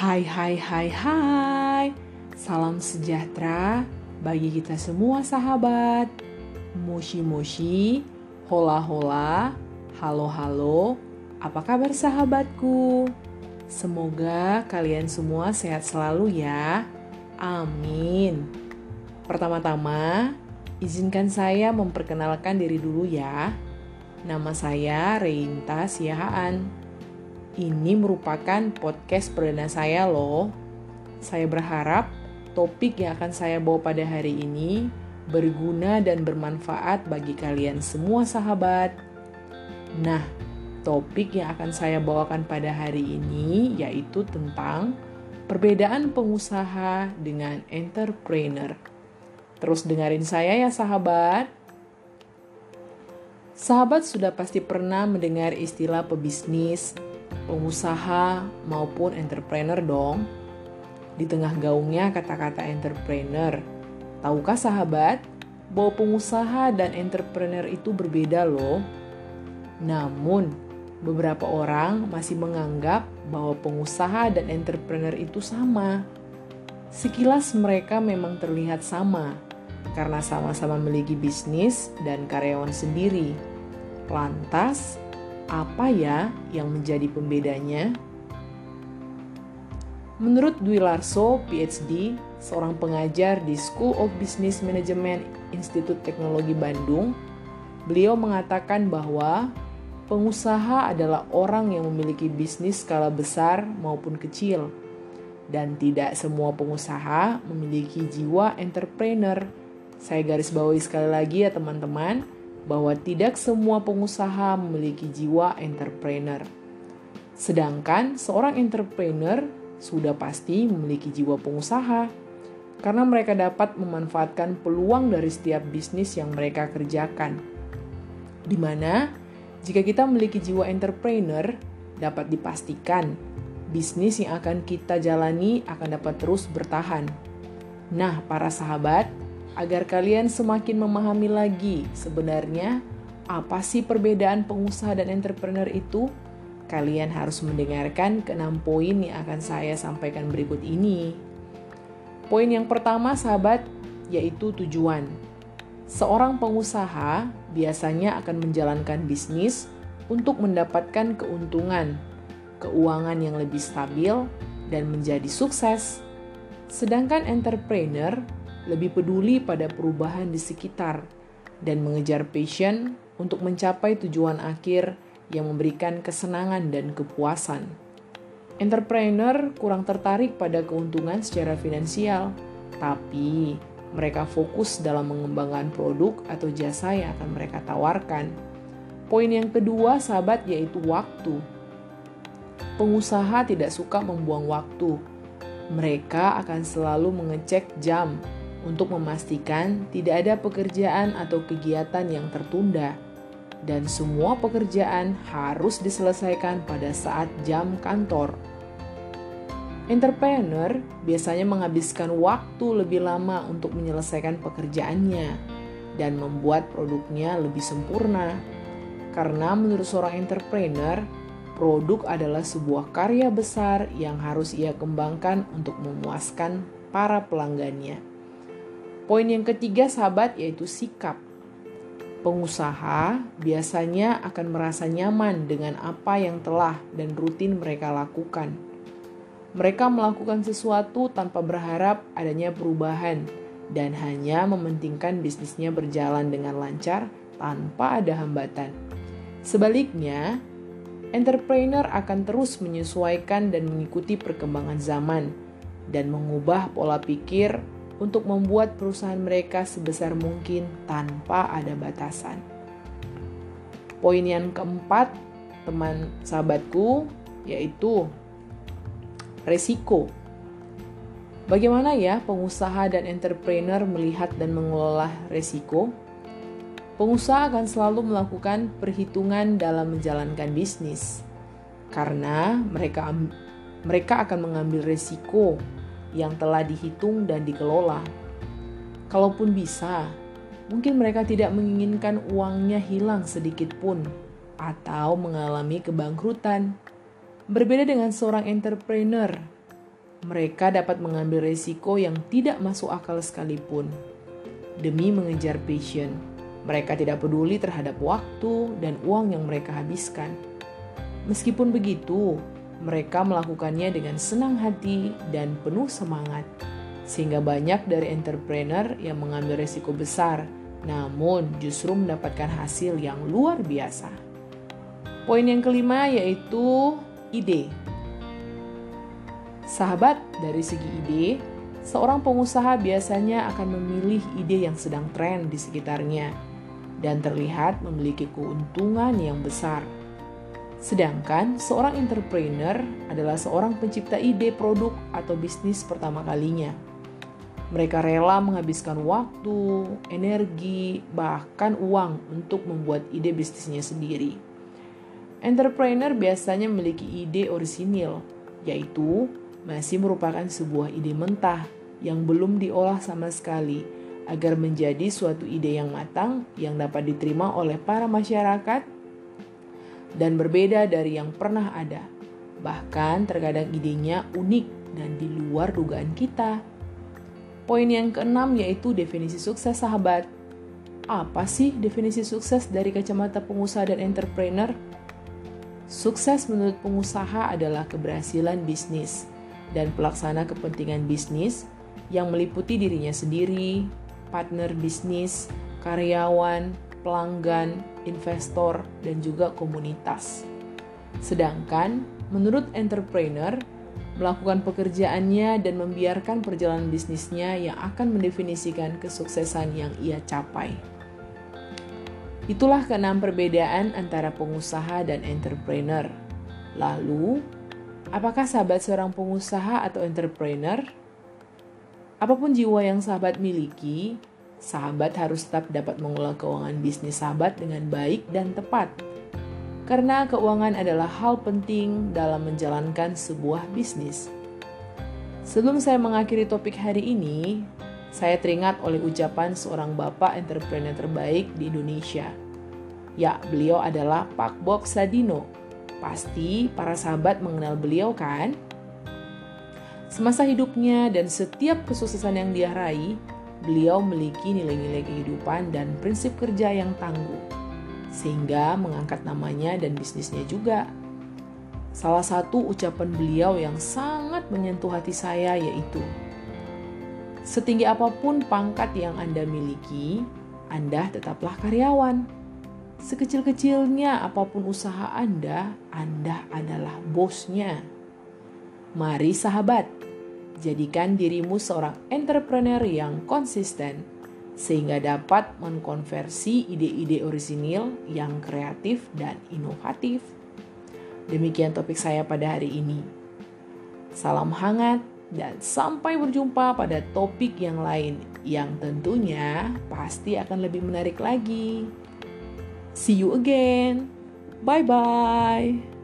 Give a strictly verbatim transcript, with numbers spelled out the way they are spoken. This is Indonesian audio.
Hai hai hai hai, salam sejahtera bagi kita semua sahabat. Moshi moshi, hola hola, halo halo, apa kabar sahabatku? Semoga kalian semua sehat selalu ya, amin. Pertama-tama, izinkan saya memperkenalkan diri dulu ya. Nama saya Reinta Siahaan. Ini merupakan podcast perdana saya loh. Saya berharap topik yang akan saya bawa pada hari ini berguna dan bermanfaat bagi kalian semua sahabat. Nah, topik yang akan saya bawakan pada hari ini yaitu tentang perbedaan pengusaha dengan entrepreneur. Terus dengerin saya ya sahabat. Sahabat sudah pasti pernah mendengar istilah pebisnis, pengusaha maupun entrepreneur dong. Di tengah gaungnya kata-kata entrepreneur. Tahukah sahabat bahwa pengusaha dan entrepreneur itu berbeda loh? Namun, beberapa orang masih menganggap bahwa pengusaha dan entrepreneur itu sama. Sekilas mereka memang terlihat sama, karena sama-sama memiliki bisnis dan karyawan sendiri. Lantas, apa ya yang menjadi pembedanya? Menurut Dwi Larso, P H D, seorang pengajar di School of Business Management Institut Teknologi Bandung, beliau mengatakan bahwa pengusaha adalah orang yang memiliki bisnis skala besar maupun kecil, dan tidak semua pengusaha memiliki jiwa entrepreneur. Saya garis bawahi sekali lagi ya teman-teman, bahwa tidak semua pengusaha memiliki jiwa entrepreneur. Sedangkan seorang entrepreneur sudah pasti memiliki jiwa pengusaha, karena mereka dapat memanfaatkan peluang dari setiap bisnis yang mereka kerjakan. Di mana jika kita memiliki jiwa entrepreneur, dapat dipastikan bisnis yang akan kita jalani akan dapat terus bertahan. Nah, para sahabat, agar kalian semakin memahami lagi sebenarnya apa sih perbedaan pengusaha dan entrepreneur itu, kalian harus mendengarkan keenam poin yang akan saya sampaikan berikut ini. Poin yang pertama sahabat, yaitu tujuan. Seorang pengusaha biasanya akan menjalankan bisnis untuk mendapatkan keuntungan, keuangan yang lebih stabil, dan menjadi sukses. Sedangkan entrepreneur lebih peduli pada perubahan di sekitar dan mengejar passion untuk mencapai tujuan akhir yang memberikan kesenangan dan kepuasan. Entrepreneur kurang tertarik pada keuntungan secara finansial, tapi mereka fokus dalam mengembangkan produk atau jasa yang akan mereka tawarkan. Poin yang kedua, sahabat, yaitu waktu. Pengusaha tidak suka membuang waktu. Mereka akan selalu mengecek jam untuk memastikan tidak ada pekerjaan atau kegiatan yang tertunda, dan semua pekerjaan harus diselesaikan pada saat jam kantor. Entrepreneur biasanya menghabiskan waktu lebih lama untuk menyelesaikan pekerjaannya dan membuat produknya lebih sempurna. Karena menurut seorang entrepreneur, produk adalah sebuah karya besar yang harus ia kembangkan untuk memuaskan para pelanggannya. Poin yang ketiga sahabat, yaitu sikap. Pengusaha biasanya akan merasa nyaman dengan apa yang telah dan rutin mereka lakukan. Mereka melakukan sesuatu tanpa berharap adanya perubahan dan hanya mementingkan bisnisnya berjalan dengan lancar tanpa ada hambatan. Sebaliknya, entrepreneur akan terus menyesuaikan dan mengikuti perkembangan zaman dan mengubah pola pikir untuk membuat perusahaan mereka sebesar mungkin tanpa ada batasan. Poin yang keempat, teman sahabatku, yaitu resiko. Bagaimana ya pengusaha dan entrepreneur melihat dan mengelola resiko? Pengusaha akan selalu melakukan perhitungan dalam menjalankan bisnis, karena mereka mereka akan mengambil resiko yang telah dihitung dan dikelola. Kalaupun bisa, mungkin mereka tidak menginginkan uangnya hilang sedikit pun atau mengalami kebangkrutan. Berbeda dengan seorang entrepreneur, Mereka dapat mengambil risiko yang tidak masuk akal sekalipun demi mengejar passion. Mereka tidak peduli terhadap waktu dan uang yang mereka habiskan. Meskipun begitu, mereka melakukannya dengan senang hati dan penuh semangat. Sehingga banyak dari entrepreneur yang mengambil risiko besar, namun justru mendapatkan hasil yang luar biasa. Poin yang kelima yaitu ide. Sahabat, dari segi ide, seorang pengusaha biasanya akan memilih ide yang sedang tren di sekitarnya dan terlihat memiliki keuntungan yang besar. Sedangkan seorang entrepreneur adalah seorang pencipta ide produk atau bisnis pertama kalinya. Mereka rela menghabiskan waktu, energi, bahkan uang untuk membuat ide bisnisnya sendiri. Entrepreneur biasanya memiliki ide orisinil, yaitu masih merupakan sebuah ide mentah yang belum diolah sama sekali agar menjadi suatu ide yang matang yang dapat diterima oleh para masyarakat dan berbeda dari yang pernah ada. Bahkan terkadang idenya unik dan di luar dugaan kita. Poin yang keenam yaitu definisi sukses, sahabat. Apa sih definisi sukses dari kacamata pengusaha dan entrepreneur? Sukses menurut pengusaha adalah keberhasilan bisnis dan pelaksana kepentingan bisnis yang meliputi dirinya sendiri, partner bisnis, karyawan, pelanggan, investor, dan juga komunitas. Sedangkan menurut entrepreneur, melakukan pekerjaannya dan membiarkan perjalanan bisnisnya yang akan mendefinisikan kesuksesan yang ia capai. Itulah keenam perbedaan antara pengusaha dan entrepreneur. Lalu, apakah sahabat seorang pengusaha atau entrepreneur? Apapun jiwa yang sahabat miliki, sahabat harus tetap dapat mengelola keuangan bisnis sahabat dengan baik dan tepat. Karena keuangan adalah hal penting dalam menjalankan sebuah bisnis. Sebelum saya mengakhiri topik hari ini, saya teringat oleh ucapan seorang bapak entrepreneur terbaik di Indonesia. Ya, beliau adalah Pak Bob Sadino. Pasti para sahabat mengenal beliau kan? Semasa hidupnya dan setiap kesuksesan yang dia raih, beliau memiliki nilai-nilai kehidupan dan prinsip kerja yang tangguh, sehingga mengangkat namanya dan bisnisnya juga. Salah satu ucapan beliau yang sangat menyentuh hati saya yaitu, setinggi apapun pangkat yang Anda miliki, Anda tetaplah karyawan. Sekecil-kecilnya apapun usaha Anda, Anda adalah bosnya. Mari sahabat, jadikan dirimu seorang entrepreneur yang konsisten, sehingga dapat mengkonversi ide-ide orisinil yang kreatif dan inovatif. Demikian topik saya pada hari ini. Salam hangat dan sampai berjumpa pada topik yang lain yang tentunya pasti akan lebih menarik lagi. See you again. Bye-bye.